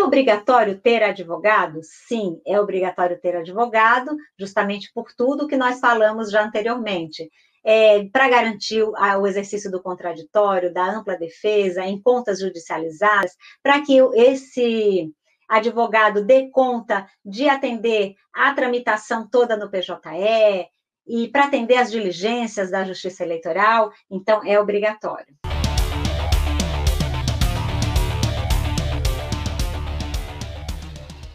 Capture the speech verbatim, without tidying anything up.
obrigatório ter advogado? Sim, é obrigatório ter advogado, justamente por tudo que nós falamos já anteriormente. É, para garantir o, a, o exercício do contraditório, da ampla defesa, em contas judicializadas, para que esse advogado dê conta de atender a tramitação toda no P J E e para atender as diligências da Justiça Eleitoral, então é obrigatório.